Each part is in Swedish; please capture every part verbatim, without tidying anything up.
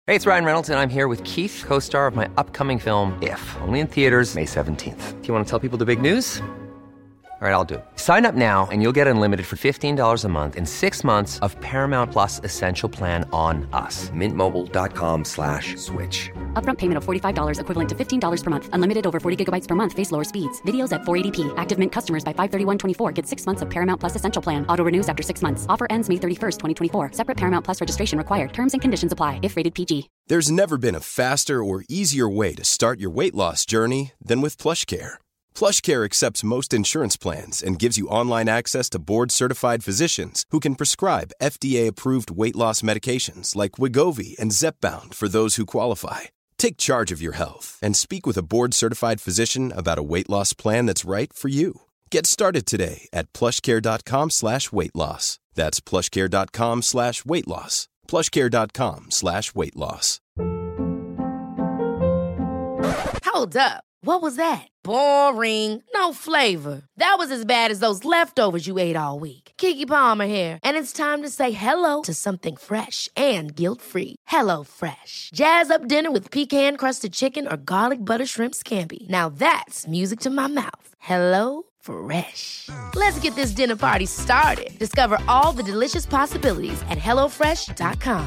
Hey, it's Ryan Reynolds, and I'm here with Keith, co-star of my upcoming film, If, only in theaters May seventeenth. Do you want to tell people the big news? All right, I'll do it. Sign up now and you'll get unlimited for fifteen dollars a month and six months of Paramount Plus Essential Plan on us. Mint Mobile dot com slash switch. Upfront payment of forty-five dollars equivalent to fifteen dollars per month. Unlimited over forty gigabytes per month. Face lower speeds. Videos at four eighty p. Active Mint customers by five thirty-one twenty-four get six months of Paramount Plus Essential Plan. Auto renews after six months. Offer ends May thirty-first, twenty twenty-four. Separate Paramount Plus registration required. Terms and conditions apply if rated P G. There's never been a faster or easier way to start your weight loss journey than with PlushCare. PlushCare accepts most insurance plans and gives you online access to board-certified physicians who can prescribe F D A-approved weight loss medications like Wegovy and Zepbound for those who qualify. Take charge of your health and speak with a board-certified physician about a weight loss plan that's right for you. Get started today at plushcare.com slash weight loss. That's plushcare.com slash weight loss. plushcare.com slash weight loss. Hold up. What was that? Boring. No flavor. That was as bad as those leftovers you ate all week. Keke Palmer here. And it's time to say hello to something fresh and guilt-free. Hello Fresh. Jazz up dinner with pecan-crusted chicken or garlic butter shrimp scampi. Now that's music to my mouth. Hello Fresh. Let's get this dinner party started. Discover all the delicious possibilities at hello fresh dot com.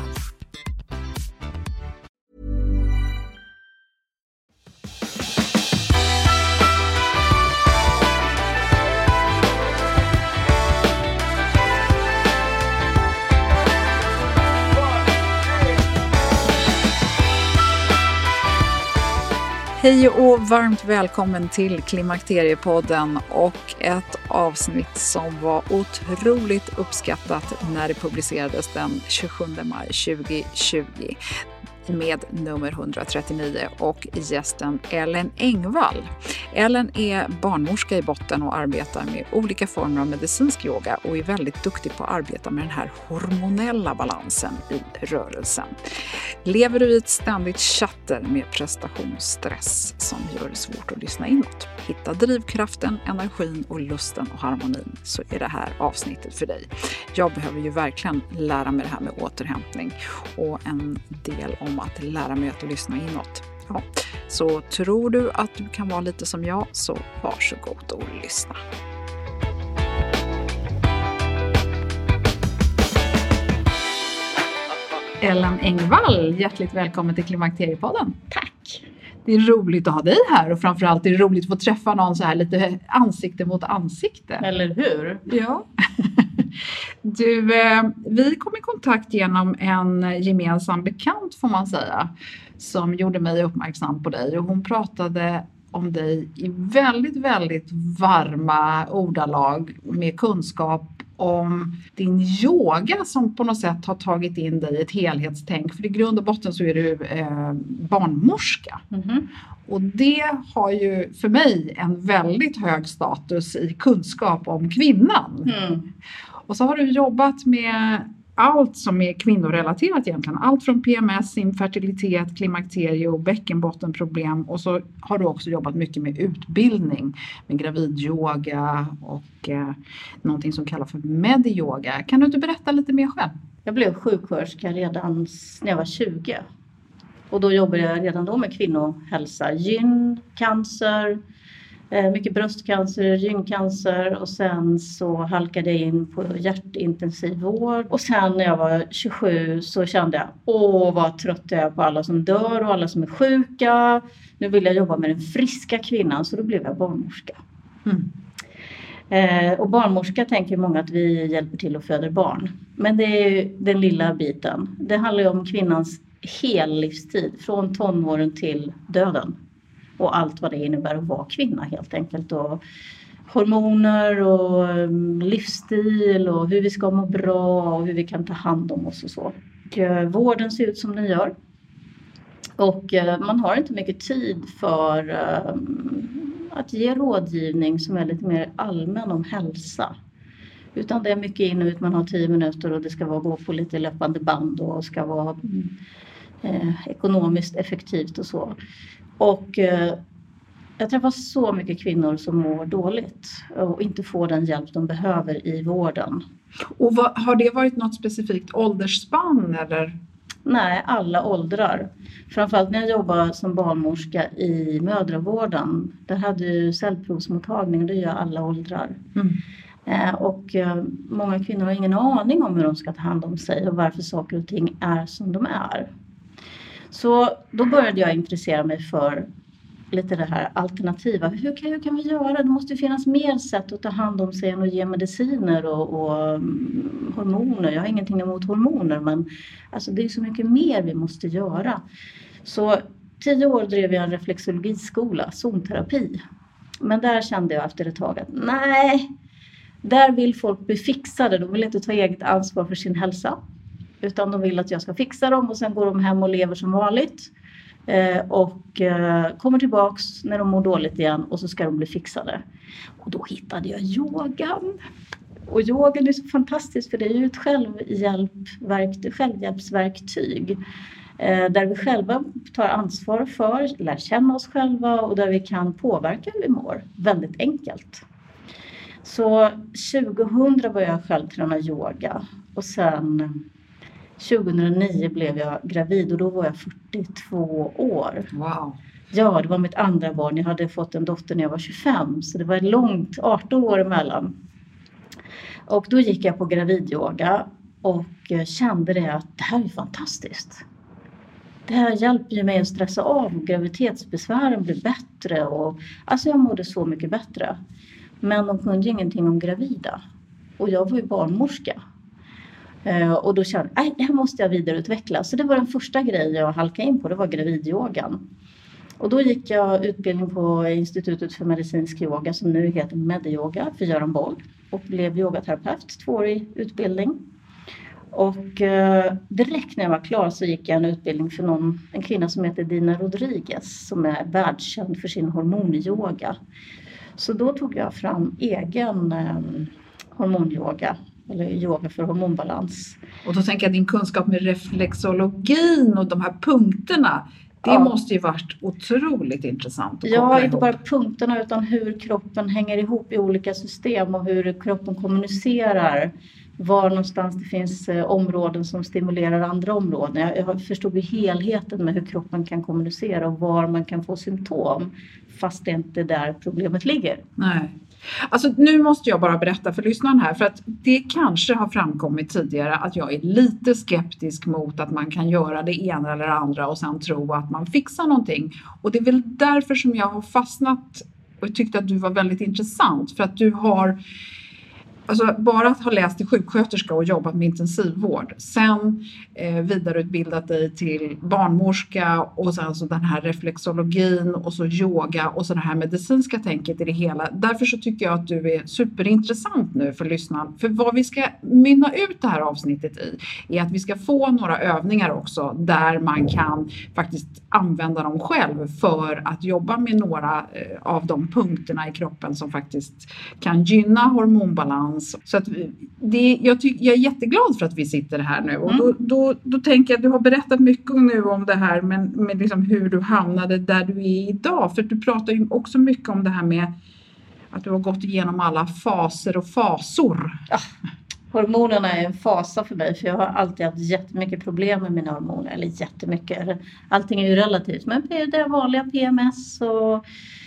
Hej och varmt välkommen till Klimakteriepodden och ett avsnitt som var otroligt uppskattat när det publicerades den tjugosjunde maj tjugohundratjugo med nummer etthundratrettionio och gästen Ellen Engvall. Ellen är barnmorska i botten och arbetar med olika former av medicinsk yoga och är väldigt duktig på att arbeta med den här hormonella balansen i rörelsen. Lever du i ett ständigt chatter med prestationsstress som gör det svårt att lyssna inåt? Hitta drivkraften, energin och lusten och harmonin, så är det här avsnittet för dig. Jag behöver ju verkligen lära mig det här med återhämtning och en del om att lära mig att lyssna inåt. Ja, så tror du att du kan vara lite som jag, så varsågod och lyssna. Ellen Engvall, hjärtligt välkommen till Klimakteriepodden. Tack. Det är roligt att ha dig här och framförallt är det roligt att få träffa någon så här lite ansikte mot ansikte. Eller hur? Ja. Du, eh, vi kom i kontakt genom en gemensam bekant får man säga, som gjorde mig uppmärksam på dig, och hon pratade om dig i väldigt, väldigt varma ordalag med kunskap om din yoga som på något sätt har tagit in dig i ett helhetstänk. För i grund och botten så är du eh, barnmorska. Mm-hmm. Och det har ju för mig en väldigt hög status i kunskap om kvinnan. Mm. Och så har du jobbat med allt som är kvinnorelaterat egentligen. Allt från P M S, infertilitet, klimakterie och bäckenbottenproblem. Och så har du också jobbat mycket med utbildning. Med gravidyoga och eh, någonting som kallas för medyoga. Kan du inte berätta lite mer själv? Jag blev sjuksköterska redan när jag var tjugo. Och då jobbade jag redan då med kvinnohälsa. Gyn, cancer, mycket bröstcancer, gyncancer, och sen så halkade jag in på hjärtintensivvård. Och sen när jag var tjugosju så kände jag, åh vad trött jag är på alla som dör och alla som är sjuka. Nu vill jag jobba med den friska kvinnan, så då blev jag barnmorska. Mm. Eh, och barnmorska tänker många att vi hjälper till att föda barn. Men det är ju den lilla biten. Det handlar ju om kvinnans hel livstid, från tonåren till döden. Och allt vad det innebär att vara kvinna helt enkelt. Och hormoner och livsstil och hur vi ska må bra och hur vi kan ta hand om oss och så. Och vården ser ut som den gör. Och man har inte mycket tid för att ge rådgivning som är lite mer allmän om hälsa. Utan det är mycket in och ut, man har tio minuter och det ska vara gå på lite löpande band och ska vara eh, ekonomiskt effektivt och så. Och eh, jag träffar så mycket kvinnor som mår dåligt och inte får den hjälp de behöver i vården. Och vad, har det varit något specifikt åldersspann eller? Nej, alla åldrar. Framförallt när jag jobbade som barnmorska i mödravården. Där hade ju cellprovsmottagning, det gör alla åldrar. Mm. Eh, och eh, många kvinnor har ingen aning om hur de ska ta hand om sig och varför saker och ting är som de är. Så då började jag intressera mig för lite det här alternativa. Hur kan, hur kan vi göra? Det måste ju finnas mer sätt att ta hand om sig än att ge mediciner och, och um, hormoner. Jag har ingenting emot hormoner, men alltså, det är så mycket mer vi måste göra. Så tio år drev jag en reflexologiskola, zonterapi. Men där kände jag efter ett tag att nej, där vill folk bli fixade. De vill inte ta eget ansvar för sin hälsa. Utan de vill att jag ska fixa dem och sen går de hem och lever som vanligt. Eh, och eh, kommer tillbaks när de mår dåligt igen och så ska de bli fixade. Och då hittade jag yogan. Och yogan är så fantastiskt för det är ju ett självhjälpverktyg, självhjälpsverktyg. Eh, där vi själva tar ansvar för, lär känna oss själva och där vi kan påverka hur vi mår. Väldigt enkelt. Så tjugohundra började jag själv träna yoga och sen tjugohundranio blev jag gravid och då var jag fyrtiotvå år. Wow. Ja, det var mitt andra barn. Jag hade fått en dotter när jag var tjugofem. Så det var långt, arton år emellan. Och då gick jag på gravidyoga och kände det att det här är fantastiskt. Det här hjälper ju mig att stressa av. Graviditetsbesvären blir bättre. Och, alltså jag mådde så mycket bättre. Men de kunde ingenting om gravida. Och jag var ju barnmorska. Uh, och då kände jag, det här måste jag vidareutveckla. Så det var den första grejen jag halkade in på, det var gravidyogan. Och då gick jag utbildning på Institutet för medicinsk yoga som nu heter Medyoga för Göran Boll. Och blev yogaterapeut, tvåårig utbildning. Och uh, direkt när jag var klar så gick jag en utbildning för någon, en kvinna som heter Dina Rodriguez. Som är världskänd för sin hormonyoga. Så då tog jag fram egen um, hormonyoga. Eller yoga för hormonbalans. Och då tänker jag din kunskap med reflexologin och de här punkterna. Det ja. måste ju varit otroligt intressant att ja, koppla inte ihop. bara punkterna utan hur kroppen hänger ihop i olika system. Och hur kroppen kommunicerar. Var någonstans det finns eh, områden som stimulerar andra områden. Jag, jag förstod ju helheten med hur kroppen kan kommunicera. Och var man kan få symptom. Fast det inte är där problemet ligger. Nej. Alltså nu måste jag bara berätta för lyssnaren här, för att det kanske har framkommit tidigare att jag är lite skeptisk mot att man kan göra det ena eller andra och sen tro att man fixar någonting. Och det är väl därför som jag har fastnat och tyckte att du var väldigt intressant, för att du har alltså bara att ha läst till sjuksköterska och jobbat med intensivvård. Sen eh, vidareutbildat dig till barnmorska och sen så den här reflexologin och så yoga och så det här medicinska tänket i det hela. Därför så tycker jag att du är superintressant nu för lyssnaren. För vad vi ska mynna ut det här avsnittet i är att vi ska få några övningar också där man kan faktiskt använda dem själv för att jobba med några eh, av de punkterna i kroppen som faktiskt kan gynna hormonbalans. Så att det, jag, tyck, jag är jätteglad för att vi sitter här nu. Och då, då, då tänker jag att du har berättat mycket nu om det här. Men med liksom hur du hamnade där du är idag. För du pratar ju också mycket om det här med att du har gått igenom alla faser och fasor. Ja, hormonerna är en fasa för mig. För jag har alltid haft jättemycket problem med mina hormoner. Eller jättemycket. Allting är ju relativt. Men det är vanliga P M S och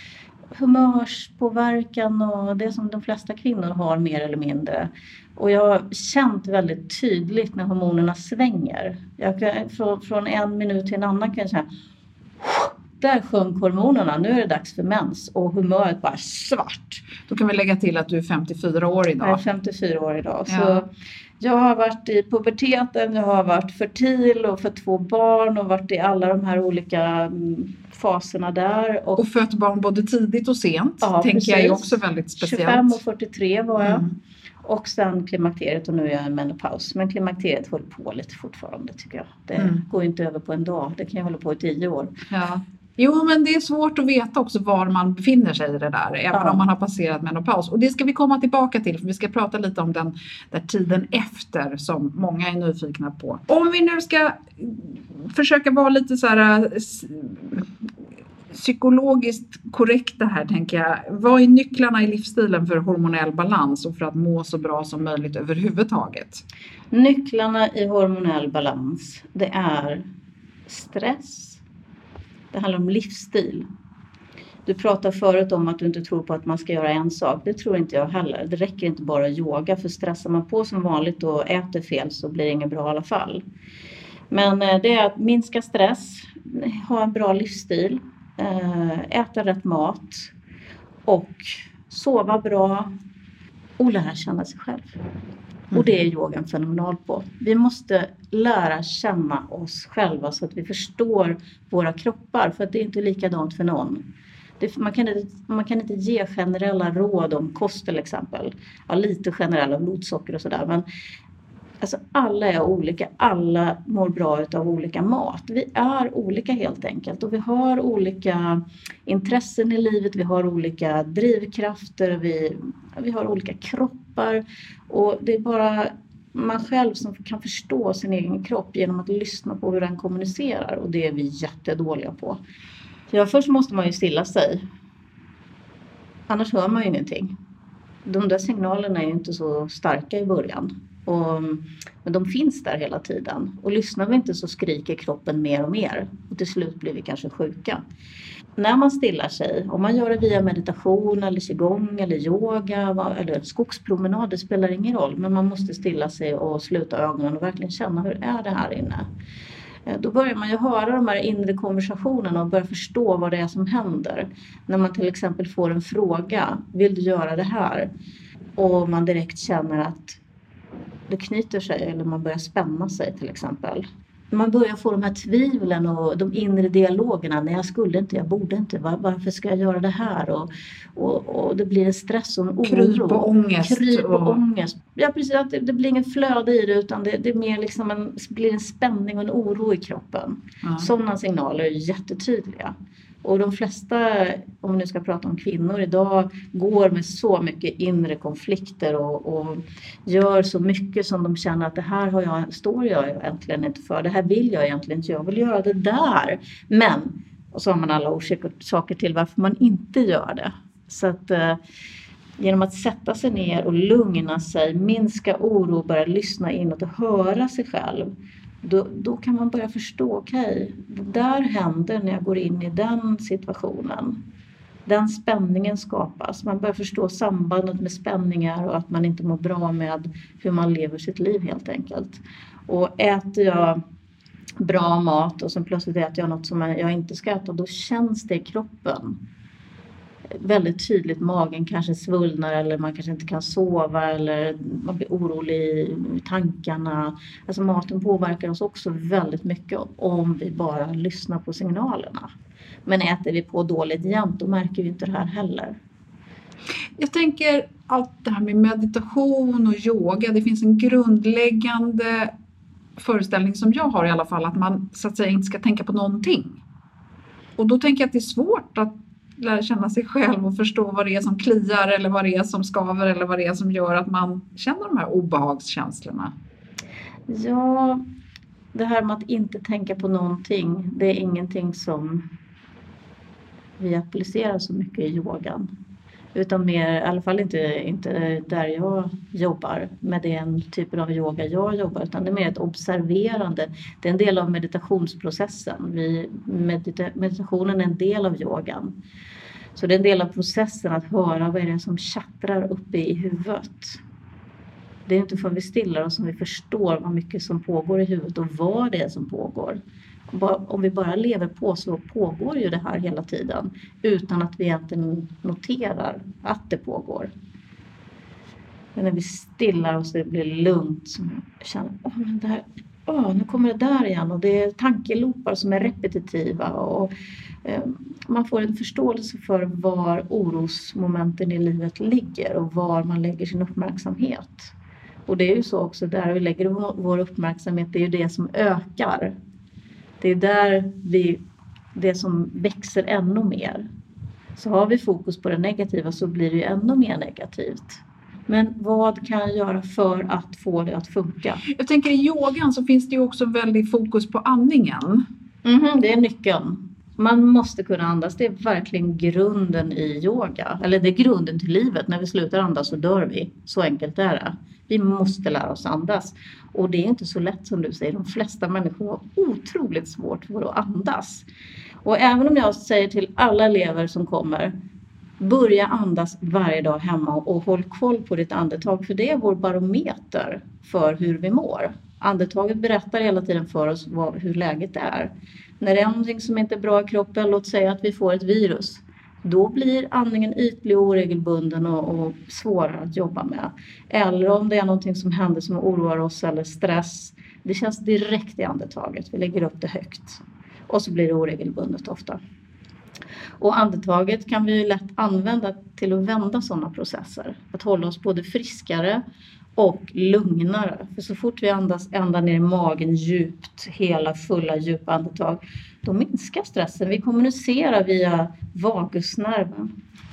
humörspåverkan och det som de flesta kvinnor har mer eller mindre. Och jag har känt väldigt tydligt när hormonerna svänger. Jag kan, från, från en minut till en annan kan jag säga, där sjönk hormonerna, nu är det dags för mens och humöret bara svart. Då kan vi lägga till att du är femtiofyra år idag. Jag är femtiofyra år idag. Ja. Så jag har varit i puberteten, jag har varit fertil och för två barn och varit i alla de här olika faserna där. Och, och fött barn både tidigt och sent, ja, tänker precis. jag är också väldigt speciellt. tjugofem och fyrtiotre var jag. Mm. Och sen klimakteriet och nu är jag i menopaus. Men klimakteriet håller på lite fortfarande tycker jag. Det mm. går inte över på en dag, det kan jag hålla på i tio år. Ja. Jo, men det är svårt att veta också var man befinner sig i det där. Även ja. om man har passerat menopaus. Och det ska vi komma tillbaka till. För vi ska prata lite om den där tiden efter som många är nyfikna på. Om vi nu ska försöka vara lite så här psykologiskt korrekt det här, tänker jag. Vad är nycklarna i livsstilen för hormonell balans och för att må så bra som möjligt överhuvudtaget? Nycklarna i hormonell balans, det är stress. Det handlar om livsstil. Du pratade förut om att du inte tror på att man ska göra en sak. Det tror inte jag heller. Det räcker inte bara att yoga. För stressar man på som vanligt och äter fel så blir det inget bra i alla fall. Men det är att minska stress. Ha en bra livsstil. Äta rätt mat. Och sova bra. Och lära känna sig själv. Och det är yogan fenomenal på. Vi måste lära känna oss själva så att vi förstår våra kroppar. För att det är inte likadant för någon. Det, man, kan inte, man kan inte ge generella råd om kost till exempel. Ja, lite generella blodsocker och sådär. Men alltså, alla är olika. Alla mår bra av olika mat. Vi är olika helt enkelt. Och vi har olika intressen i livet. Vi har olika drivkrafter. Vi, vi har olika kroppar. Och det är bara man själv som kan förstå sin egen kropp genom att lyssna på hur den kommunicerar. Och det är vi jättedåliga på. Ja, först måste man ju stilla sig. Annars hör man ju ingenting. De där signalerna är ju inte så starka i början. Och, men de finns där hela tiden. Och lyssnar vi inte så skriker kroppen mer och mer. Och till slut blir vi kanske sjuka. När man stillar sig, om man gör det via meditation eller qigong eller yoga eller skogspromenad, det spelar ingen roll. Men man måste stilla sig och sluta ögonen och verkligen känna hur är det här inne. Då börjar man ju höra de här inre konversationerna och börja förstå vad det är som händer. När man till exempel får en fråga, vill du göra det här? Och man direkt känner att det knyter sig eller man börjar spänna sig till exempel. Man börjar få de här tvivlen och de inre dialogerna. Nej, jag skulle inte, jag borde inte. Var, varför ska jag göra det här? Och, och, och det blir en stress och en oro. Kryp och ångest. Kryp och, och ångest. Ja, precis. Att det, det blir ingen flöde i det utan det, det är mer liksom en, blir en spänning och en oro i kroppen. Mm. Sådana signaler är jättetydliga. Och de flesta, om vi nu ska prata om kvinnor idag, går med så mycket inre konflikter och, och gör så mycket som de känner att det här har jag, står jag egentligen inte för. Det här vill jag egentligen inte, jag vill göra det där. Men, och så har man alla orsaker till varför man inte gör det. Så att eh, genom att sätta sig ner och lugna sig, minska oro, börja lyssna inåt och höra sig själv. Då, då kan man börja förstå, okej, okay, det där händer när jag går in i den situationen. Den spänningen skapas. Man börjar förstå sambandet med spänningar och att man inte mår bra med hur man lever sitt liv helt enkelt. Och äter jag bra mat och sen plötsligt äter jag något som jag inte ska äta, då känns det i kroppen. Väldigt tydligt, magen kanske svullnar eller man kanske inte kan sova eller man blir orolig i tankarna. Alltså maten påverkar oss också väldigt mycket om vi bara lyssnar på signalerna. Men äter vi på dåligt jämt, då märker vi inte det här heller. Jag tänker att det här med meditation och yoga, det finns en grundläggande föreställning som jag har i alla fall, att man så att säga inte ska tänka på någonting. Och då tänker jag att det är svårt att lära känna sig själv och förstå vad det är som kliar eller vad det är som skaver eller vad det är som gör att man känner de här obehagskänslorna. Ja, det här med att inte tänka på någonting, det är ingenting som vi applicerar så mycket i yogan. Utan mer, i alla fall inte, inte där jag jobbar med den typen av yoga jag jobbar. Utan det är mer ett observerande. Det är en del av meditationsprocessen. Vi, medita- meditationen är en del av yogan. Så det är en del av processen att höra vad är det som tjattrar uppe i huvudet. Det är inte för att vi stillar oss som vi förstår vad mycket som pågår i huvudet och vad det är som pågår. Om vi bara lever på så pågår ju det här hela tiden utan att vi egentligen noterar att det pågår. Men när vi stillar oss och det blir lugnt så känner åh men det här, åh, nu kommer det där igen och det är tankelopar som är repetitiva och eh, man får en förståelse för var orosmomenten i livet ligger och var man lägger sin uppmärksamhet. Och det är ju så också där vi lägger vår uppmärksamhet, det är ju det som ökar. Det är där vi, det som växer ännu mer. Så har vi fokus på det negativa så blir det ju ännu mer negativt. Men vad kan jag göra för att få det att funka? Jag tänker i yogan så finns det ju också väldigt fokus på andningen. Mm-hmm, det är nyckeln. Man måste kunna andas. Det är verkligen grunden i yoga. Eller det är grunden till livet. När vi slutar andas så dör vi. Så enkelt är det. Vi måste lära oss andas. Och det är inte så lätt som du säger. De flesta människor har otroligt svårt för att andas. Och även om jag säger till alla elever som kommer. Börja andas varje dag hemma och håll koll på ditt andetag. För det är vår barometer för hur vi mår. Andetaget berättar hela tiden för oss vad, hur läget är. När det är någonting som inte är bra i kroppen, låt säga att vi får ett virus. Då blir andningen ytlig och oregelbunden och, och svårare att jobba med. Eller om det är någonting som händer som oroar oss eller stress. Det känns direkt i andetaget. Vi lägger upp det högt. Och så blir det oregelbundet ofta. Och andetaget kan vi lätt använda till att vända sådana processer. Att hålla oss både friskare och lugnare. För så fort vi andas ända ner i magen djupt, hela fulla djupa andetag, då minskar stressen. Vi kommunicerar via vagusnerven.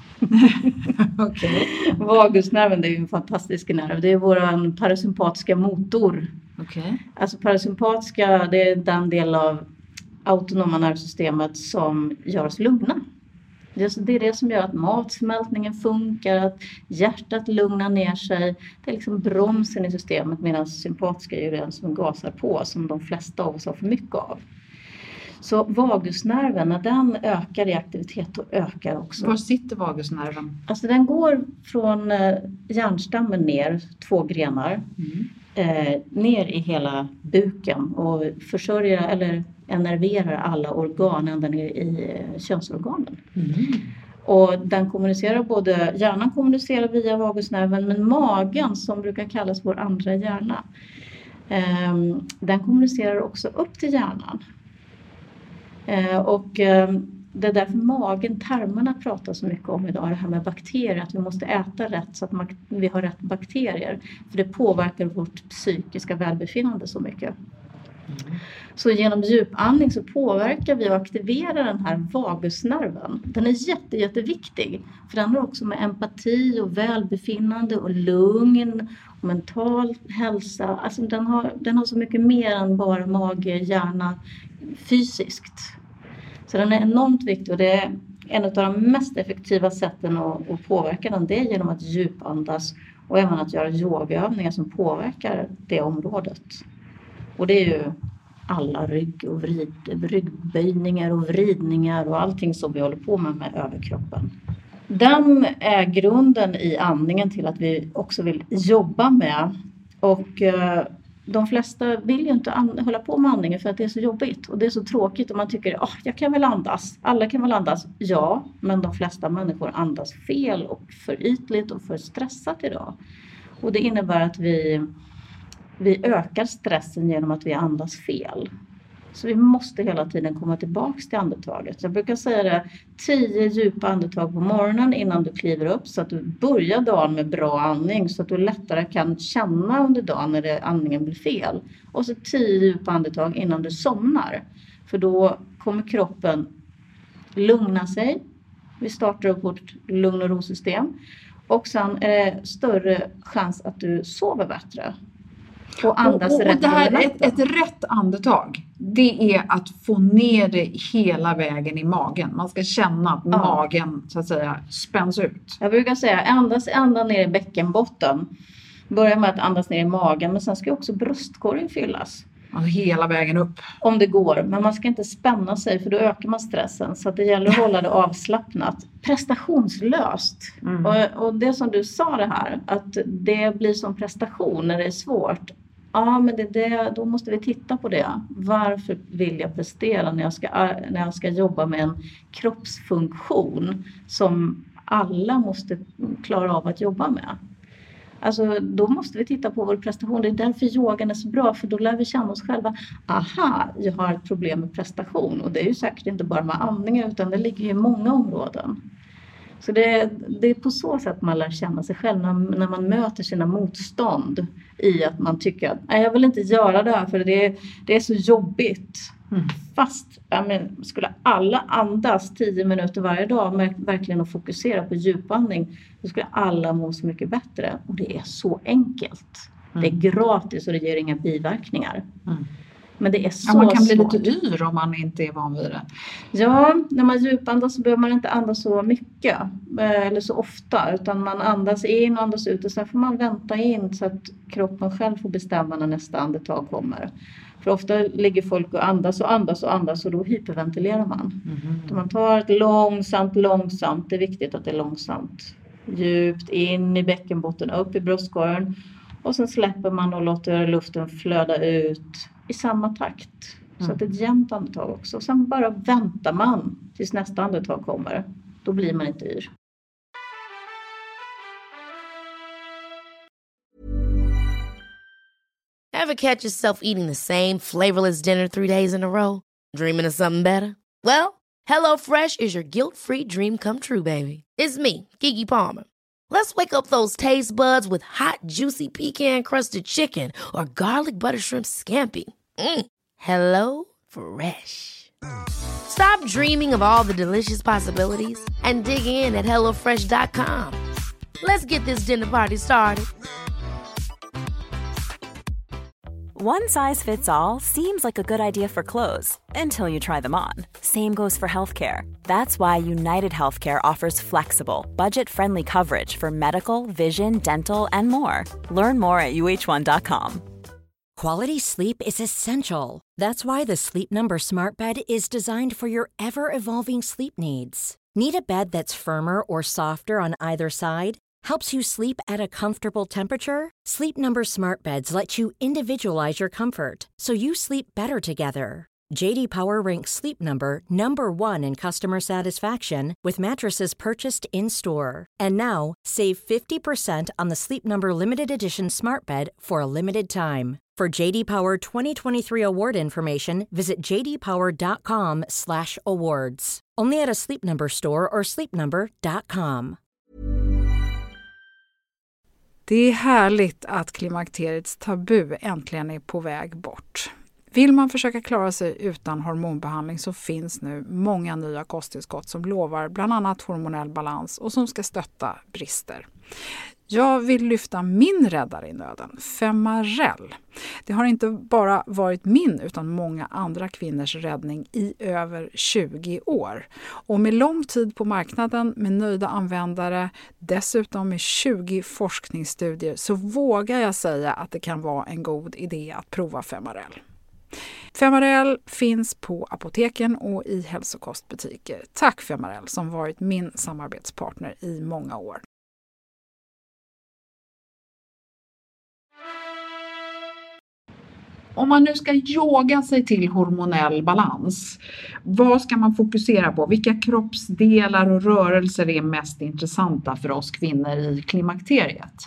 Okay. Vagusnerven, det är ju en fantastisk nerv. Det är vår parasympatiska motor. Okay. Alltså parasympatiska, det är den del av autonoma nervsystemet som gör oss lugna. Det är det som gör att matsmältningen funkar, att hjärtat lugnar ner sig. Det är liksom bromsen i systemet, medan sympatiska är den som gasar på, som de flesta av oss har för mycket av. Så vagusnerven, när den ökar i aktivitet, då ökar också. Var sitter vagusnerven? Alltså den går från hjärnstammen ner, två grenar, mm. eh, ner i hela buken och försörjer eller enerverar alla organ ända ner i könsorganen. Mm. Och den kommunicerar både, hjärnan kommunicerar via vagusnerven, men magen som brukar kallas vår andra hjärna, eh, den kommunicerar också upp till hjärnan. Eh, och eh, det är därför magen, tarmarna pratar så mycket om idag, det här med bakterier, att vi måste äta rätt så att vi har rätt bakterier. För det påverkar vårt psykiska välbefinnande så mycket. Mm. Så genom djupandning så påverkar vi och aktiverar den här vagusnerven. Den är jätte, jätteviktig. För den har också med empati och välbefinnande och lugn och mental hälsa. Alltså den har, den har så mycket mer än bara mage, hjärna, fysiskt. Så den är enormt viktig, och det är en av de mest effektiva sätten att, att påverka den. Det är genom att djupandas och även att göra yogaövningar som påverkar det området. Och det är ju alla rygg och vrid, ryggböjningar och vridningar och allting som vi håller på med med överkroppen. Den är grunden i andningen till att vi också vill jobba med. Och eh, de flesta vill ju inte and- hålla på med andningen för att det är så jobbigt. Och det är så tråkigt, och man tycker, oh, jag kan väl andas. Alla kan väl andas. Ja, men de flesta människor andas fel och för ytligt och för stressat idag. Och det innebär att vi... Vi ökar stressen genom att vi andas fel. Så vi måste hela tiden komma tillbaka till andetaget. Jag brukar säga det, tio djupa andetag på morgonen innan du kliver upp. Så att du börjar dagen med bra andning. Så att du lättare kan känna under dagen när det, andningen blir fel. Och så tio djupa andetag innan du somnar. För då kommer kroppen lugna sig. Vi startar upp vårt lugn- och ro-system. Och sen är det större chans att du sover bättre. Och andas och, och, rätt. Och det här, ett, ett rätt andetag, det är att få ner det hela vägen i magen. Man ska känna att ja. magen så att säga spänns ut. Jag brukar säga andas ända ner i bäckenbotten. Börja med att andas ner i magen, men sen ska också bröstkorgen fyllas. Alltså hela vägen upp. Om det går, men man ska inte spänna sig för då ökar man stressen. Så att det gäller att hålla det avslappnat. Prestationslöst. Mm. Och, och det som du sa det här, att det blir som prestation när det är svårt. Ja, men det, det, då måste vi titta på det. Varför vill jag prestera när jag ska, när jag ska jobba med en kroppsfunktion som alla måste klara av att jobba med? Alltså då måste vi titta på vår prestation. Det är därför yogan är så bra, för då lär vi känna oss själva. Aha, jag har ett problem med prestation. Och det är ju säkert inte bara med andningen, utan det ligger i många områden. Så det, det är på så sätt man lär känna sig själv när, när man möter sina motstånd i att man tycker att nej, jag vill inte göra det här för det, det är så jobbigt. Mm. Fast ja, men, skulle alla andas tio minuter varje dag med, verkligen att fokusera på djupandning, då skulle alla må så mycket bättre. Och det är så enkelt. Mm. Det är gratis och det ger inga biverkningar. Mm. Men det är så ja, man kan svårt. bli lite yr om man inte är van vid det. Ja, när man djupandas så behöver man inte andas så mycket eller så ofta, utan man andas in och andas ut och sen får man vänta in så att kroppen själv får bestämma när nästa andetag kommer. För ofta ligger folk och andas och andas och andas och då hyperventilerar man. Mm-hmm. Så man tar ett långsamt, långsamt, det är viktigt att det är långsamt. Djupt in i bäckenbotten, upp i bröstkorgen och sen släpper man och låter luften flöda ut i samma takt. Så att det är ett jämnt andetag också. Sen bara väntar man tills nästa andetag kommer. Då blir man inte yr. Ever catch yourself eating the same flavorless dinner three days in a row? Dreaming of something better? Well, HelloFresh is your guilt-free dream come true, baby. It's me, Keke Palmer. Let's wake up those taste buds with hot, juicy pecan-crusted chicken or garlic butter shrimp scampi. Mm. Hello Fresh. Stop dreaming of all the delicious possibilities and dig in at hello fresh dot com. Let's get this dinner party started. One size fits all seems like a good idea for clothes until you try them on. Same goes for healthcare. That's why United Healthcare offers flexible, budget-friendly coverage for medical, vision, dental, and more. Learn more at u h one dot com. Quality sleep is essential. That's why the Sleep Number Smart Bed is designed for your ever-evolving sleep needs. Need a bed that's firmer or softer on either side? Helps you sleep at a comfortable temperature? Sleep Number Smart Beds let you individualize your comfort, so you sleep better together. J D Power ranks Sleep Number number one in customer satisfaction with mattresses purchased in-store. And now, save fifty percent on the Sleep Number Limited Edition Smart Bed for a limited time. For J D Power twenty twenty-three award information, visit j d power dot com slash awards. Only at a Sleep Number store or sleep number dot com. Det är härligt att klimakteriets tabu äntligen är på väg bort. Vill man försöka klara sig utan hormonbehandling så finns nu många nya kosttillskott som lovar bland annat hormonell balans och som ska stötta brister. Jag vill lyfta min räddare i nöden, Femarel. Det har inte bara varit min utan många andra kvinnors räddning i över tjugo år. Och med lång tid på marknaden, med nöjda användare, dessutom med tjugo forskningsstudier så vågar jag säga att det kan vara en god idé att prova Femarel. Femarel finns på apoteken och i hälsokostbutiker. Tack Femarel som varit min samarbetspartner i många år. Om man nu ska yoga sig till hormonell balans, vad ska man fokusera på? Vilka kroppsdelar och rörelser är mest intressanta för oss kvinnor i klimakteriet?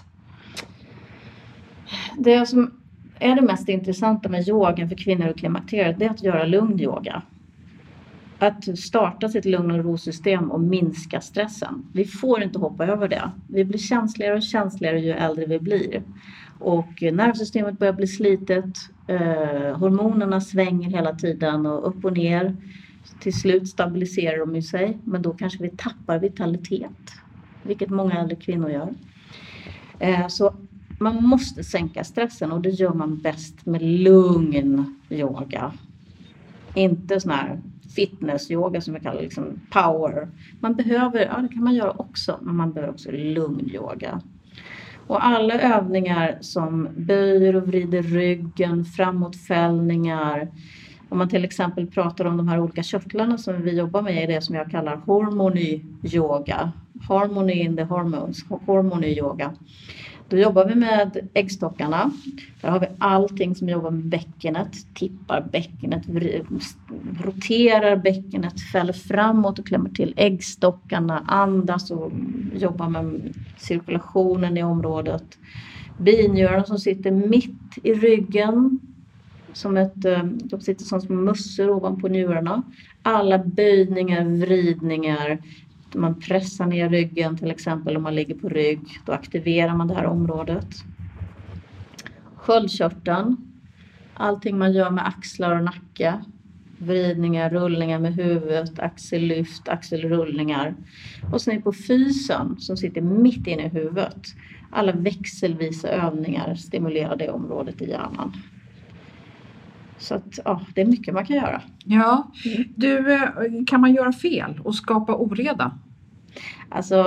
Det som är det mest intressanta med yoga för kvinnor i klimakteriet, det är att göra lugn yoga. Att starta sitt lugn- och rosystem och minska stressen. Vi får inte hoppa över det. Vi blir känsligare och känsligare ju äldre vi blir. Och nervsystemet börjar bli slitet. Eh, hormonerna svänger hela tiden och upp och ner. Till slut stabiliserar de ju sig. Men då kanske vi tappar vitalitet. Vilket många äldre kvinnor gör. Eh, så man måste sänka stressen och det gör man bäst med lugn yoga. Inte sån här fitness-yoga som vi kallar liksom power. Man behöver, ja det kan man göra också, men man behöver också lugn yoga. Och alla övningar som böjer och vrider ryggen, framåtfällningar. Om man till exempel pratar om de här olika körtlarna som vi jobbar med är det som jag kallar harmony yoga. Harmony in the hormones, harmony yoga. Då jobbar vi med äggstockarna. Där har vi allting som jobbar med bäckenet. Tippar bäckenet, roterar bäckenet, fäller framåt och klämmer till äggstockarna. Andas och jobbar med cirkulationen i området. Binjurarna som sitter mitt i ryggen. Som ett, de sitter som små mussor ovanpå njurarna. Alla böjningar, vridningar. Man pressar ner ryggen till exempel om man ligger på rygg. Då aktiverar man det här området. Sköldkörteln. Allting man gör med axlar och nacke. Vridningar, rullningar med huvudet. Axellyft, axelrullningar. Och sen på fysen som sitter mitt inne i huvudet. Alla växelvisa övningar stimulerar det området i hjärnan. Så att, ja, det är mycket man kan göra. Ja, du, kan man göra fel och skapa oreda? Alltså,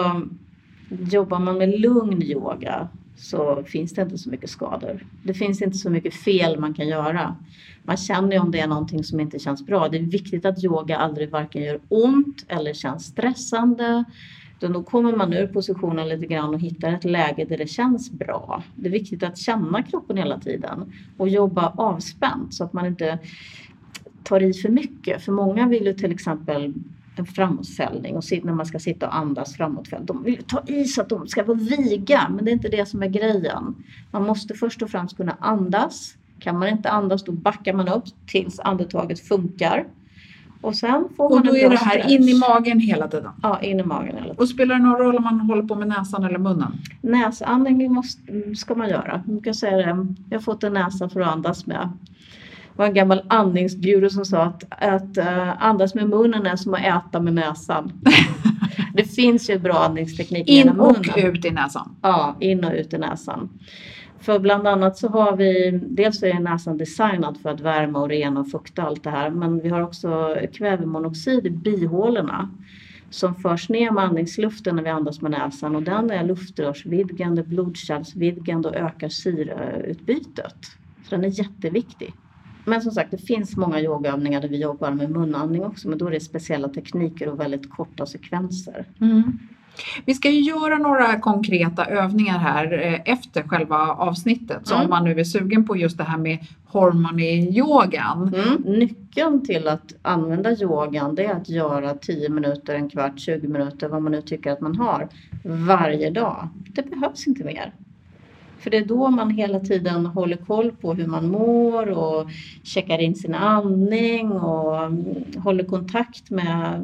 jobbar man med lugn yoga så finns det inte så mycket skador. Det finns inte så mycket fel man kan göra. Man känner ju om det är någonting som inte känns bra. Det är viktigt att yoga aldrig varken gör ont eller känns stressande. Då kommer man ur positionen lite grann och hittar ett läge där det känns bra. Det är viktigt att känna kroppen hela tiden och jobba avspänt så att man inte tar i för mycket. För många vill ju till exempel en framåtfällning och när man ska sitta och andas framåtfäll. De vill ta i så att de ska vara viga, men det är inte det som är grejen. Man måste först och främst kunna andas. Kan man inte andas då backar man upp tills andetaget funkar. Och sen får man och då är det här stretch. In i magen hela tiden? Ja, in i magen hela tiden. Och spelar det någon roll om man håller på med näsan eller munnen? Näsandning måste, ska man göra. Jag kan säga det, jag har fått en näsa för att andas med. Det var en gammal andningsguru som sa att, att uh, andas med munnen är som att äta med näsan. Det finns ju bra andningsteknik in med munnen. Och ut i näsan? Ja, in och ut i näsan. För bland annat så har vi, dels är näsan designad för att värma och rena och fukta allt det här. Men vi har också kvävemonoxid i bihålorna som förs ner med andningsluften när vi andas med näsan. Och den är luftrörsvidgande, blodkärlsvidgande och ökar syreutbytet. Så den är jätteviktig. Men som sagt, det finns många yogaövningar där vi jobbar med munandning också. Men då är det speciella tekniker och väldigt korta sekvenser. Mm. Vi ska ju göra några konkreta övningar här efter själva avsnittet. Så mm. om man nu är sugen på just det här med harmony-yogan. Mm. Nyckeln till att använda yogan, det är att göra tio minuter, en kvart, tjugo minuter, vad man nu tycker att man har varje dag. Det behövs inte mer. För det är då man hela tiden håller koll på hur man mår och checkar in sin andning och håller kontakt med,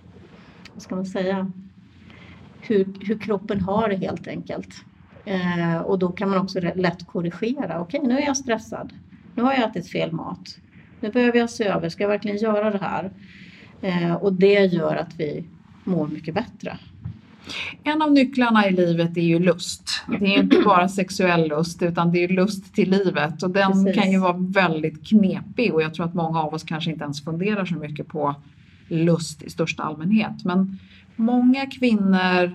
vad ska man säga, hur, hur kroppen har det helt enkelt. Eh, och då kan man också lätt korrigera. Okej, nu är jag stressad. Nu har jag ätit fel mat. Nu behöver jag se över, ska jag verkligen göra det här? Eh, och det gör att vi mår mycket bättre. En av nycklarna i livet är ju lust. Det är inte bara sexuell lust utan det är lust till livet. Och den Precis. Kan ju vara väldigt knepig och jag tror att många av oss kanske inte ens funderar så mycket på lust i största allmänhet. Men många kvinnor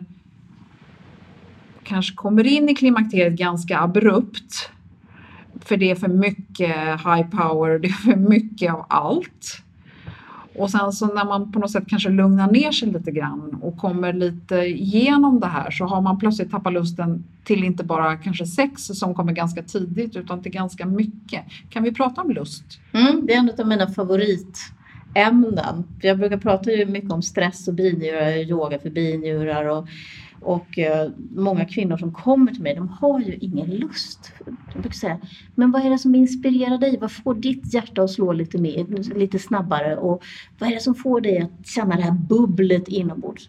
kanske kommer in i klimakteriet ganska abrupt. För det är för mycket high power, det är för mycket av allt. Och sen så när man på något sätt kanske lugnar ner sig lite grann och kommer lite igenom det här så har man plötsligt tappat lusten till inte bara kanske sex som kommer ganska tidigt utan till ganska mycket. Kan vi prata om lust? Mm, det är en av mina favoritämnen. För jag brukar prata ju mycket om stress och binjurar, yoga för binjurar och Och eh, många kvinnor som kommer till mig, de har ju ingen lust. Jag brukar säga, men vad är det som inspirerar dig? Vad får ditt hjärta att slå lite mer, lite snabbare? Och vad är det som får dig att känna det här bubblet inombords?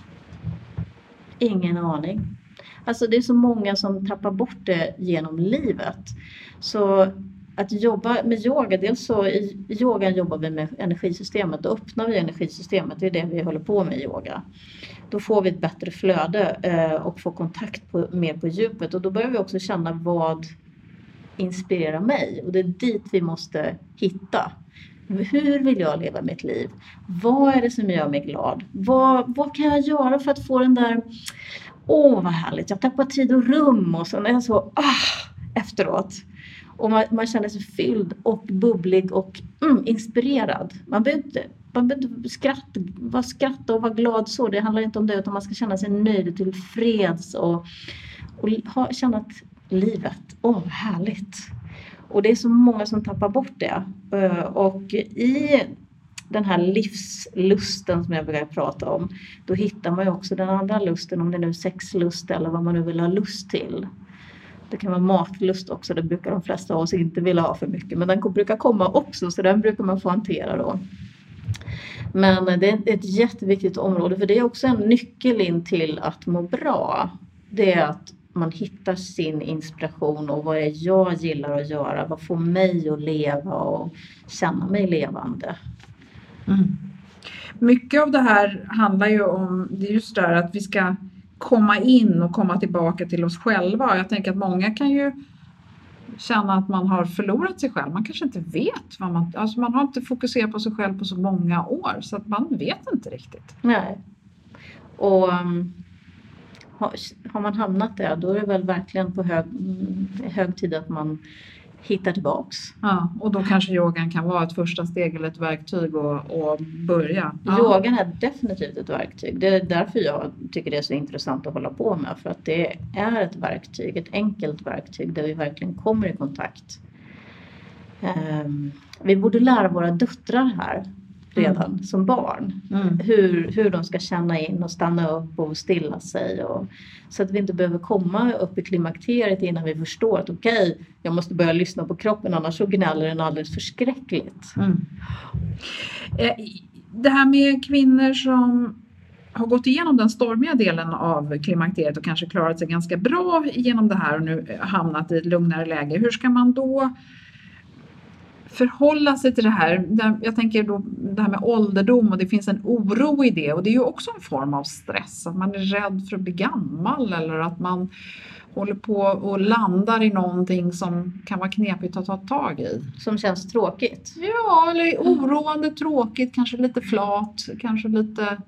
Ingen aning. Alltså det är så många som tappar bort det genom livet. Så att jobba med yoga, dels så i yogan jobbar vi med energisystemet. Då öppnar vi energisystemet, det är det vi håller på med i yoga. Då får vi ett bättre flöde eh, och får kontakt på, mer på djupet. Och då börjar vi också känna vad inspirerar mig. Och det är dit vi måste hitta. Hur vill jag leva mitt liv? Vad är det som gör mig glad? Vad, vad kan jag göra för att få den där, åh vad härligt, jag tappar tid och rum. Och så är jag så, ah, efteråt. Och man, man känner sig fylld och bubblig och mm, inspirerad. Man behöver inte, man behöver skratta, vara skratta och vara glad så. Det handlar inte om det utan man ska känna sig nöjd och tillfreds. Och, och ha, känna att livet, åh oh, härligt. Och det är så många som tappar bort det. Och i den här livslusten som jag brukar prata om. Då hittar man ju också den andra lusten. Om det nu är sexlust eller vad man nu vill ha lust till. Det kan vara matlust också, det brukar de flesta av oss inte vilja ha för mycket. Men den brukar komma också, så den brukar man få hantera då. Men det är ett jätteviktigt område, för det är också en nyckel in till att må bra. Det är att man hittar sin inspiration och vad är jag gillar att göra. Vad får mig att leva och känna mig levande. Mm. Mycket av det här handlar ju om, det är just det här att vi ska komma in och komma tillbaka till oss själva. Jag tänker att många kan ju känna att man har förlorat sig själv. Man kanske inte vet vad man... Alltså man har inte fokuserat på sig själv på så många år. Så att man vet inte riktigt. Nej. Och um, har, har man hamnat där, då är det väl verkligen på hög, hög tid att man hittar tillbaks. Ja, och då kanske yogan kan vara ett första steg eller ett verktyg och, och börja. Ja. Yogan är definitivt ett verktyg. Det är därför jag tycker det är så intressant att hålla på med. För att det är ett verktyg, ett enkelt verktyg där vi verkligen kommer i kontakt. Um, vi borde lära våra döttrar här redan mm. som barn. Mm. Hur, hur de ska känna in och stanna upp och stilla sig. Och, så att vi inte behöver komma upp i klimakteriet innan vi förstår att okej, okay, jag måste börja lyssna på kroppen, annars så gnäller den alldeles förskräckligt. Mm. Det här med kvinnor som har gått igenom den stormiga delen av klimakteriet och kanske klarat sig ganska bra genom det här och nu hamnat i ett lugnare läge. Hur ska man då förhålla sig till det här? Jag tänker då det här med ålderdom, och det finns en oro i det, och det är ju också en form av stress, att man är rädd för att bli gammal eller att man håller på och landar i någonting som kan vara knepigt att ta tag i. Som känns tråkigt. Ja, eller oroande, tråkigt, kanske lite flat, kanske lite...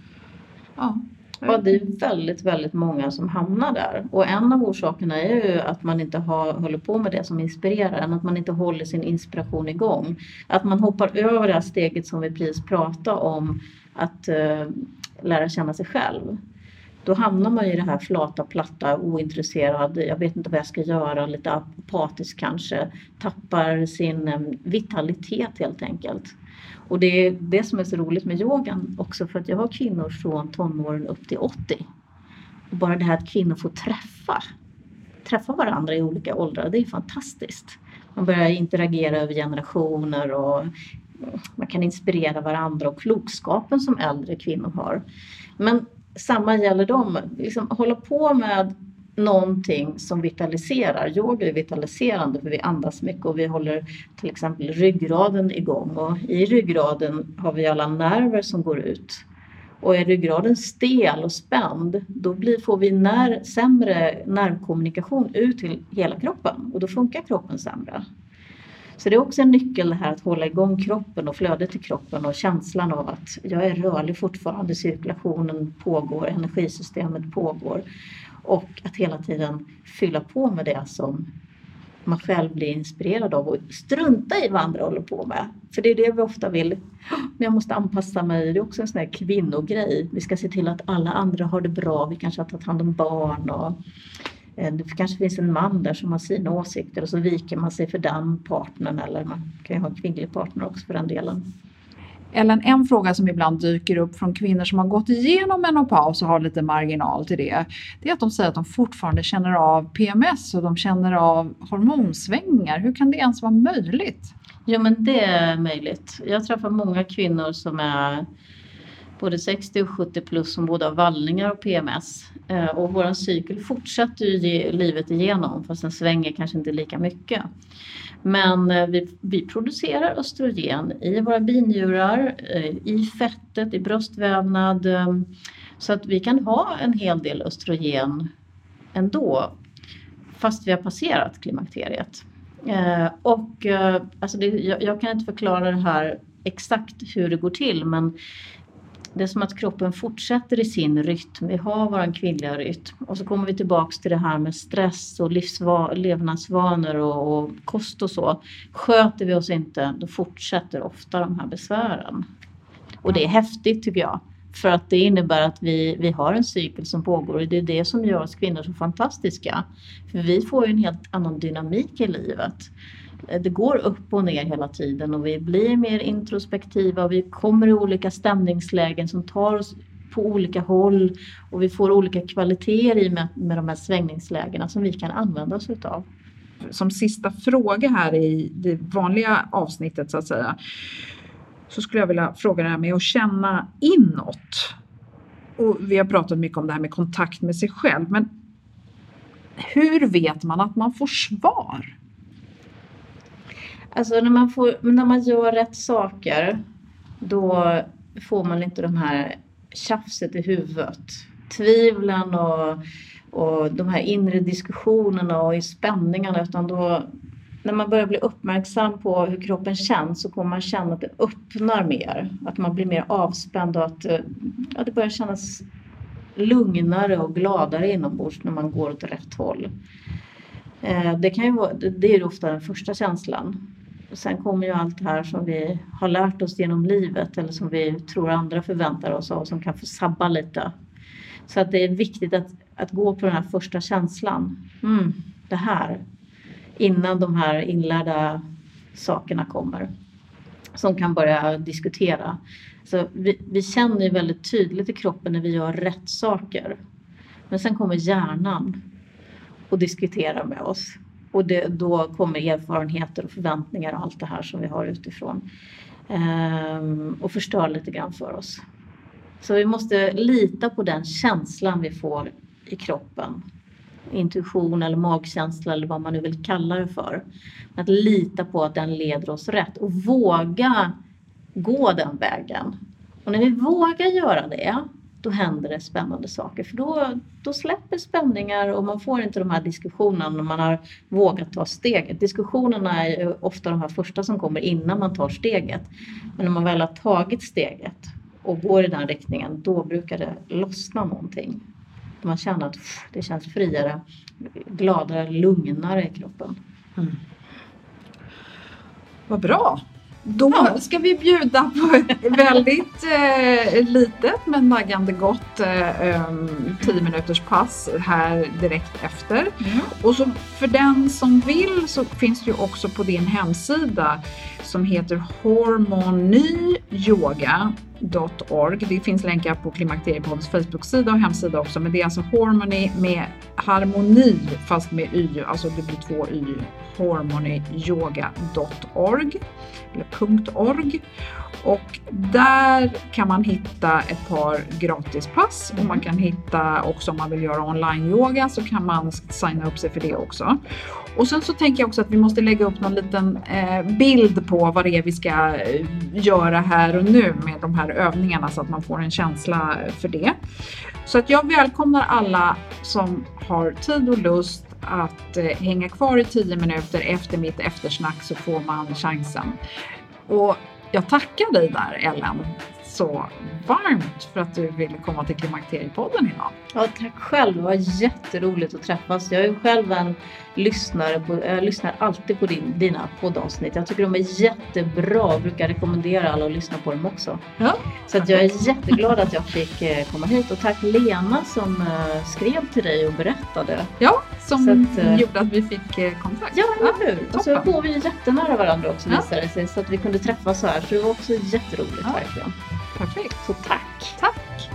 Ja. Ja, det är väldigt, väldigt många som hamnar där. Och en av orsakerna är ju att man inte har, håller på med det som inspirerar en. Att man inte håller sin inspiration igång. Att man hoppar över det här steget som vi precis pratade om. Att uh, lära känna sig själv. Då hamnar man i det här flata, platta, ointresserad. Jag vet inte vad jag ska göra. Lite apatisk kanske. Tappar sin um, vitalitet helt enkelt. Och det är det som är så roligt med yogan också, för att jag har kvinnor från tonåren upp till åttio. Och bara det här att kvinnor får träffa, träffa varandra i olika åldrar, det är fantastiskt. Man börjar interagera över generationer och man kan inspirera varandra och klokskapen som äldre kvinnor har. Men samma gäller dem, liksom hålla på med någonting som vitaliserar. Yoga är vitaliserande för vi andas mycket och vi håller till exempel ryggraden igång. Och i ryggraden har vi alla nerver som går ut. Och är ryggraden stel och spänd, då blir, får vi när, sämre nervkommunikation ut till hela kroppen. Och då funkar kroppen sämre. Så det är också en nyckel här att hålla igång kroppen och flödet i kroppen och känslan av att jag är rörlig fortfarande, cirkulationen pågår, energisystemet pågår. Och att hela tiden fylla på med det som man själv blir inspirerad av och strunta i vad andra håller på med. För det är det vi ofta vill. Men jag måste anpassa mig. Det är också en sån här kvinnogrej. Vi ska se till att alla andra har det bra. Vi kanske har tagit hand om barn och det kanske finns en man där som har sina åsikter och så viker man sig för den partnern, eller man kan ju ha en kvinnlig partner också för den delen. Ellen, en fråga som ibland dyker upp från kvinnor som har gått igenom menopaus och har lite marginal till det, det är att de säger att de fortfarande känner av P M S och de känner av hormonsvängningar. Hur kan det ens vara möjligt? Jo, men det är möjligt. Jag träffar många kvinnor som är både sextio och sjuttio plus som både har vallningar och P M S. Och vår cykel fortsätter ju livet igenom, fast den svänger kanske inte lika mycket. Men vi, vi producerar östrogen i våra binjurar, i fettet, i bröstvävnad. Så att vi kan ha en hel del östrogen ändå, fast vi har passerat klimakteriet. Och alltså det, jag, jag kan inte förklara det här exakt hur det går till, men det är som att kroppen fortsätter i sin rytm. Vi har vår kvinnliga rytm. Och så kommer vi tillbaka till det här med stress och livsva- levnadsvanor och, och kost och så. Sköter vi oss inte, då fortsätter ofta de här besvären. Och det är häftigt tycker jag. För att det innebär att vi, vi har en cykel som pågår. Och det är det som gör oss kvinnor så fantastiska. För vi får ju en helt annan dynamik i livet. Det går upp och ner hela tiden och vi blir mer introspektiva och vi kommer i olika stämningslägen som tar oss på olika håll och vi får olika kvaliteter i med, med de här svängningslägena som vi kan använda oss utav. Som sista fråga här i det vanliga avsnittet så att säga, så skulle jag vilja fråga det här med att känna inåt. Och vi har pratat mycket om det här med kontakt med sig själv, men hur vet man att man får svar? Alltså när man, får, när man gör rätt saker, då får man inte de här tjafset i huvudet. Tvivlen och, och de här inre diskussionerna och spänningarna, utan då när man börjar bli uppmärksam på hur kroppen känns så kommer man känna att det öppnar mer. Att man blir mer avspänd och att ja, det börjar kännas lugnare och gladare inombords när man går åt rätt håll. Eh, det, kan ju vara, det är ju ofta den första känslan. Och sen kommer ju allt det här som vi har lärt oss genom livet eller som vi tror andra förväntar oss av som kan få sabba lite. Så att det är viktigt att, att gå på den här första känslan. Mm, det här. Innan de här inlärda sakerna kommer. Som kan börja diskutera. Så vi, vi känner ju väldigt tydligt i kroppen när vi gör rätt saker. Men sen kommer hjärnan och diskuterar med oss. Och det, då kommer erfarenheter och förväntningar och allt det här som vi har utifrån. Ehm, och förstör lite grann för oss. Så vi måste lita på den känslan vi får i kroppen. Intuition eller magkänsla eller vad man nu vill kalla det för. Att lita på att den leder oss rätt och våga gå den vägen. Och när vi vågar göra det, då händer det spännande saker. För då, då släpper spänningar och man får inte de här diskussionerna när man har vågat ta steget. Diskussionerna är ju ofta de här första som kommer innan man tar steget. Men när man väl har tagit steget och går i den riktningen, då brukar det lossna någonting. Man känner att det känns friare, gladare, lugnare i kroppen. Mm. Vad bra! Då ja. ska vi bjuda på ett väldigt eh, litet men naggande gott eh, tio minuters pass här direkt efter. Mm. Och så för den som vill så finns det ju också på din hemsida som heter harmonyyoga dot org. Det finns länkar på Klimakteriepoddens Facebook-sida och hemsida också. Men det är alltså harmony med harmoni fast med y. Alltså det blir två y. harmonyyoga dot org eller .org. Och där kan man hitta ett par gratispass. Och man kan hitta också om man vill göra online-yoga så kan man signa upp sig för det också. Och sen så tänker jag också att vi måste lägga upp någon liten eh, bild på vad det är vi ska göra här och nu med de här övningarna så att man får en känsla för det. Så att jag välkomnar alla som har tid och lust att eh, hänga kvar i tio minuter efter mitt eftersnack så får man chansen. Och jag tackar dig där Ellen så varmt för att du ville komma till Klimakteriepodden idag. Ja, tack själv. Det var jätteroligt att träffas. Jag är ju själv en lyssnare. På, jag lyssnar alltid på din, dina poddavsnitt. Jag tycker de är jättebra och brukar rekommendera alla att lyssna på dem också. Ja. Så att jag är jätteglad att jag fick komma hit. Och tack Lena som skrev till dig och berättade. Ja, som att, gjorde att vi fick kontakt. Ja, eller hur? Ja, och så bor vi jättenära varandra också ja. visade sig. Så att vi kunde träffas så här. Så det var också jätteroligt ja. verkligen. Perfekt. Så tack. Tack.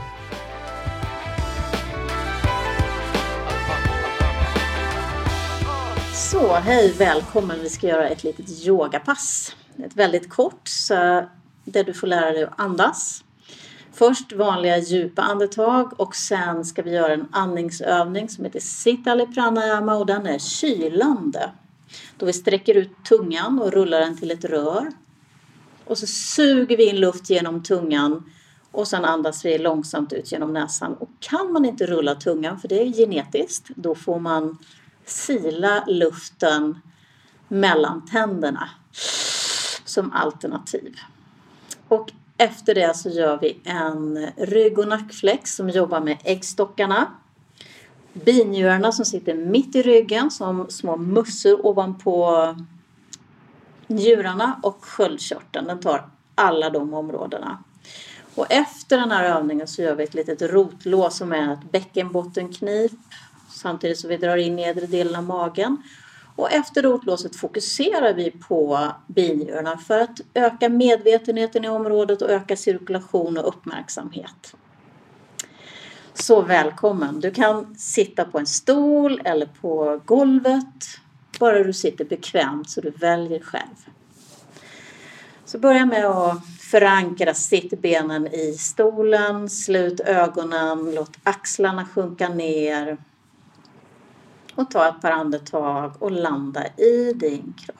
Så hej, välkommen. Vi ska göra ett litet yogapass. Ett väldigt kort så där du får lära dig att andas. Först vanliga djupa andetag och sen ska vi göra en andningsövning som heter Sitali Pranayama och den är kylande. Då vi sträcker ut tungan och rullar den till ett rör. Och så suger vi in luft genom tungan och sen andas vi långsamt ut genom näsan. Och kan man inte rulla tungan, för det är genetiskt, då får man sila luften mellan tänderna som alternativ. Och efter det så gör vi en rygg- och nackflex som jobbar med äggstockarna. Binjurarna som sitter mitt i ryggen som små mussor ovanpå njurarna och sköldkörteln. Den tar alla de områdena. Och efter den här övningen så gör vi ett litet rotlås som är ett bäckenbottenknip. Samtidigt så vi drar in nedre delen av magen. Och efter rotlåset fokuserar vi på binjurarna för att öka medvetenheten i området och öka cirkulation och uppmärksamhet. Så välkommen. Du kan sitta på en stol eller på golvet. Bara du sitter bekvämt så du väljer själv. Så börja med att förankra sittbenen i stolen. Slut ögonen. Låt axlarna sjunka ner. Och ta ett par andetag och landa i din kropp.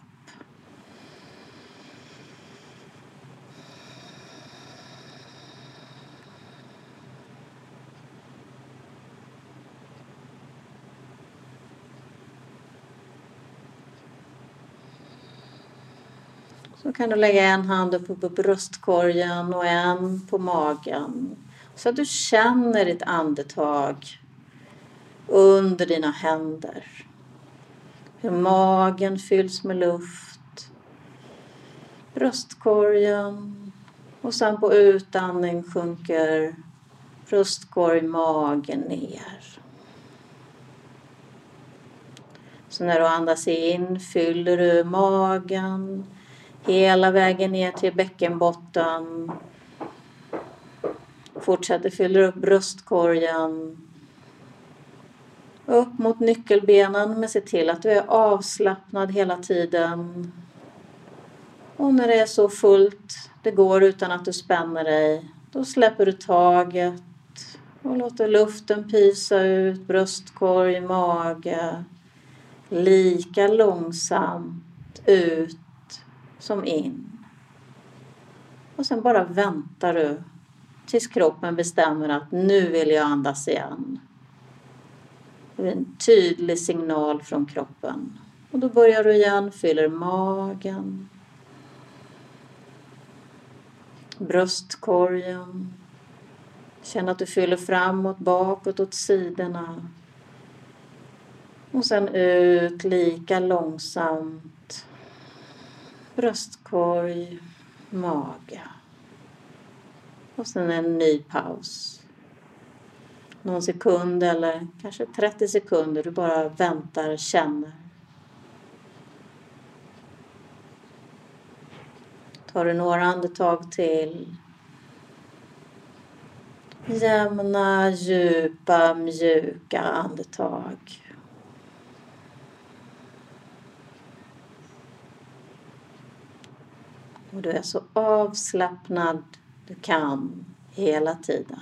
Så kan du lägga en hand uppe på bröstkorgen och en på magen. Så att du känner ditt andetag under dina händer. Hur magen fylls med luft. Bröstkorgen. Och sen på utandning sjunker bröstkorg, magen ner. Så när du andas in fyller du magen hela vägen ner till bäckenbotten. Fortsätter fyller upp bröstkorgen. Upp mot nyckelbenen, men se till att du är avslappnad hela tiden. Och när det är så fullt, det går utan att du spänner dig, då släpper du taget och låter luften pysa ut, bröstkorg, mage. Lika långsamt ut som in. Och sen bara väntar du tills kroppen bestämmer att nu vill jag andas igen. Det är en tydlig signal från kroppen. Och då börjar du igen, fyller magen. Bröstkorgen. Känn att du fyller framåt, bakåt, åt sidorna. Och sen ut lika långsamt. Bröstkorg, mage. Och sen en ny paus. Någon sekund eller kanske trettio sekunder. Du bara väntar, känner. Tar du några andetag till. Jämna, djupa, mjuka andetag. Och du är så avslappnad du kan hela tiden.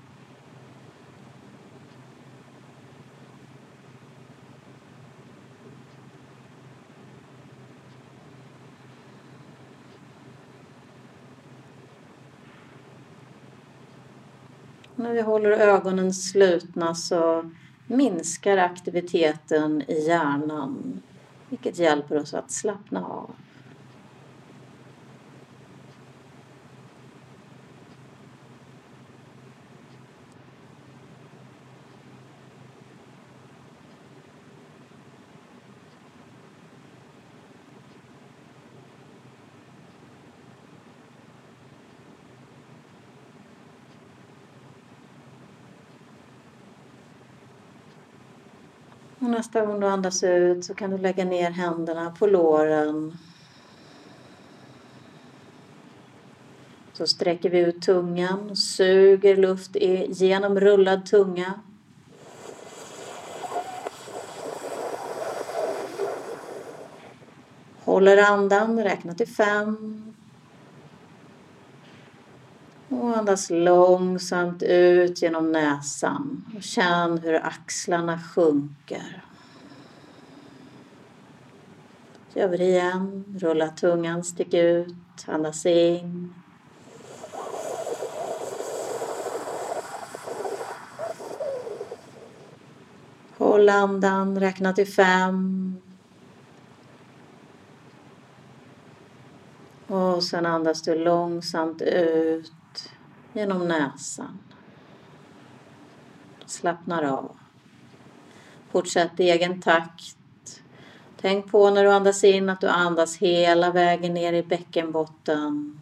När vi håller ögonen slutna så minskar aktiviteten i hjärnan, vilket hjälper oss att slappna av. Och nästa gång du andas ut så kan du lägga ner händerna på låren. Så sträcker vi ut tungan och suger luft genom rullad tunga. Håller andan, räkna till fem. Och andas långsamt ut genom näsan. Och känn hur axlarna sjunker. Gör vi det igen. Rulla tungan, stick ut. Andas in. Håll andan, räkna till fem. Och sen andas du långsamt ut genom näsan. Slappnar av. Fortsätt i egen takt. Tänk på när du andas in att du andas hela vägen ner i bäckenbotten.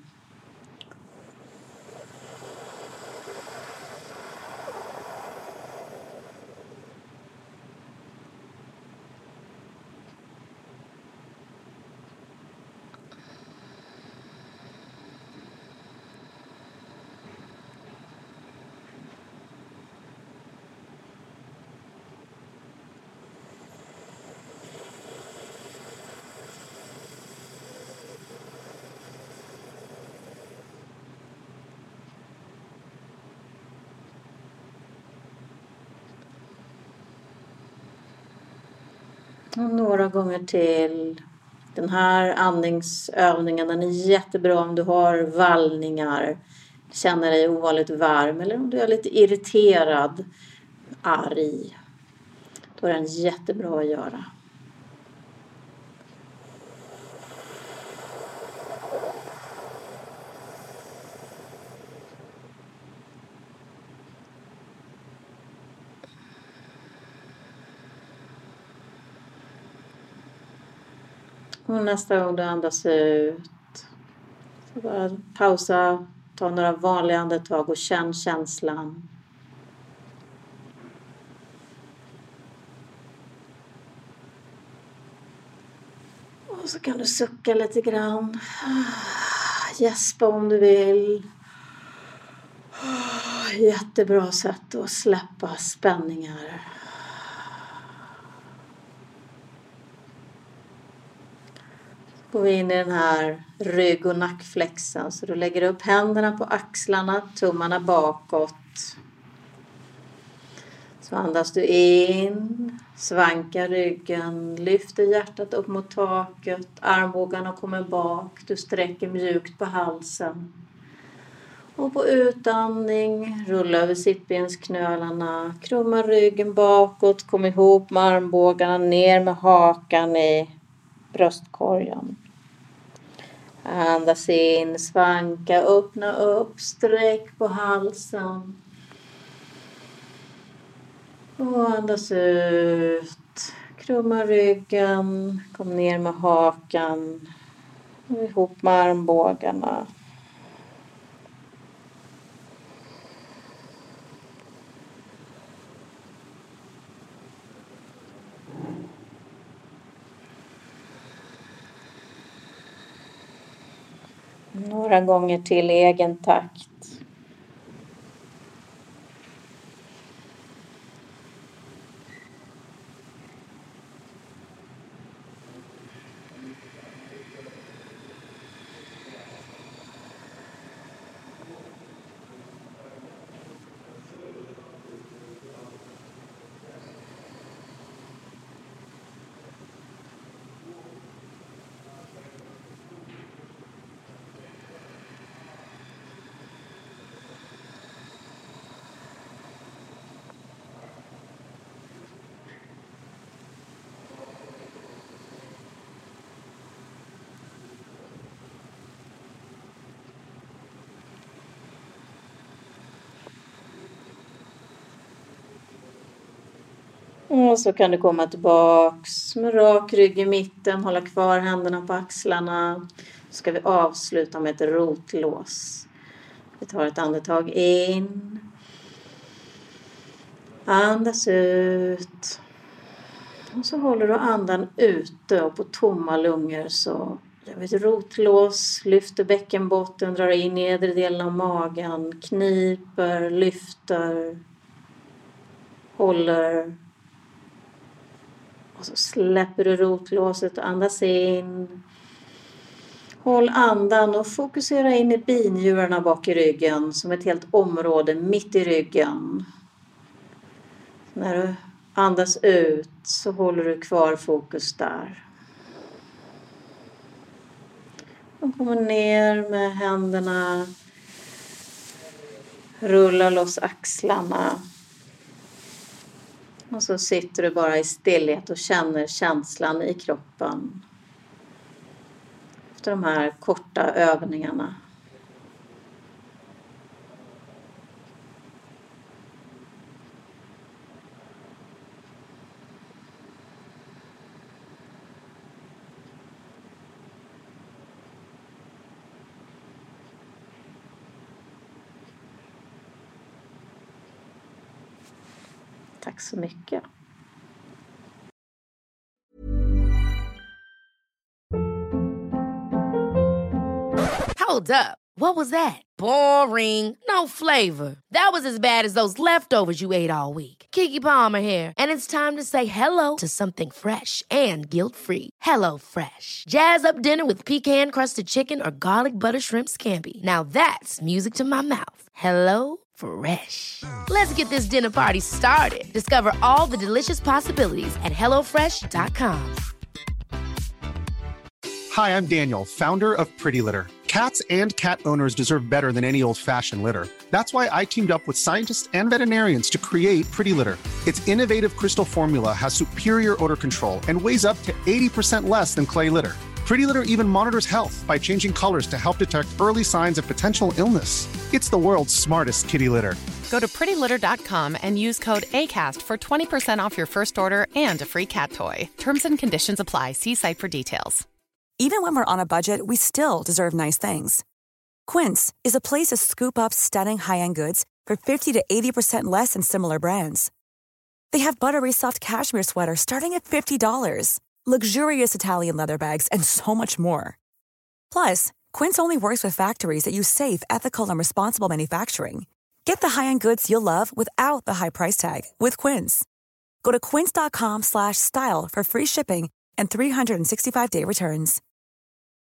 Och några gånger till. Den här andningsövningen den är jättebra om du har vallningar. Känner dig ovanligt varm eller om du är lite irriterad, arg. Då är den jättebra att göra. Och nästa gång du andas ut. Så bara pausa. Ta några vanliga andetag och känn känslan. Och så kan du sucka lite grann. Gäspa om du vill. Jättebra sätt att släppa spänningar. Så går vi in i den här rygg- och nackflexen. Så du lägger upp händerna på axlarna, tummarna bakåt. Så andas du in, svankar ryggen, lyfter hjärtat upp mot taket, armbågarna kommer bak, du sträcker mjukt på halsen. Och på utandning, rulla över sittbensknölarna, krumma ryggen bakåt, kom ihop med armbågarna, ner med hakan i bröstkorgen. Andas in, svanka, öppna upp, sträck på halsen. Och andas ut, krumma ryggen, kom ner med hakan, och ihop med armbågarna. Några gånger till i egen takt. Och så kan du komma tillbaks med rak rygg i mitten. Hålla kvar händerna på axlarna. Så ska vi avsluta med ett rotlås. Vi tar ett andetag in. Andas ut. Och så håller du andan ute och på tomma lungor så gör vi ett rotlås. Lyfter bäckenbotten, drar in i nedre delen av magen. Kniper, lyfter. Håller. Och så släpper du rotlåset och andas in. Håll andan och fokusera in i binjurarna bak i ryggen som ett helt område mitt i ryggen. När du andas ut så håller du kvar fokus där. Och kommer ner med händerna. Rulla loss axlarna. Och så sitter du bara i stillhet och känner känslan i kroppen. Efter de här korta övningarna. Tack så mycket. Hold up. What was that? Boring. No flavor. That was as bad as those leftovers you ate all week. Keke Palmer here, and it's time to say hello to something fresh and guilt-free. Hello Fresh. Jazz up dinner with pecan-crusted chicken or garlic butter shrimp scampi. Now that's music to my mouth. Hello Fresh. Let's get this dinner party started. Discover all the delicious possibilities at hello fresh dot com. Hi, I'm Daniel, founder of Pretty Litter. Cats and cat owners deserve better than any old-fashioned litter. That's why I teamed up with scientists and veterinarians to create Pretty Litter. Its innovative crystal formula has superior odor control and weighs up to eighty percent less than clay litter. Pretty Litter even monitors health by changing colors to help detect early signs of potential illness. It's the world's smartest kitty litter. Go to pretty litter dot com and use code ACAST for twenty percent off your first order and a free cat toy. Terms and conditions apply. See site for details. Even when we're on a budget, we still deserve nice things. Quince is a place to scoop up stunning high-end goods for fifty to eighty percent less than similar brands. They have buttery soft cashmere sweaters starting at fifty dollars, luxurious Italian leather bags, and so much more. Plus, Quince only works with factories that use safe, ethical, and responsible manufacturing. Get the high-end goods you'll love without the high price tag with Quince. Go to quince.com slash style for free shipping and three sixty-five day returns.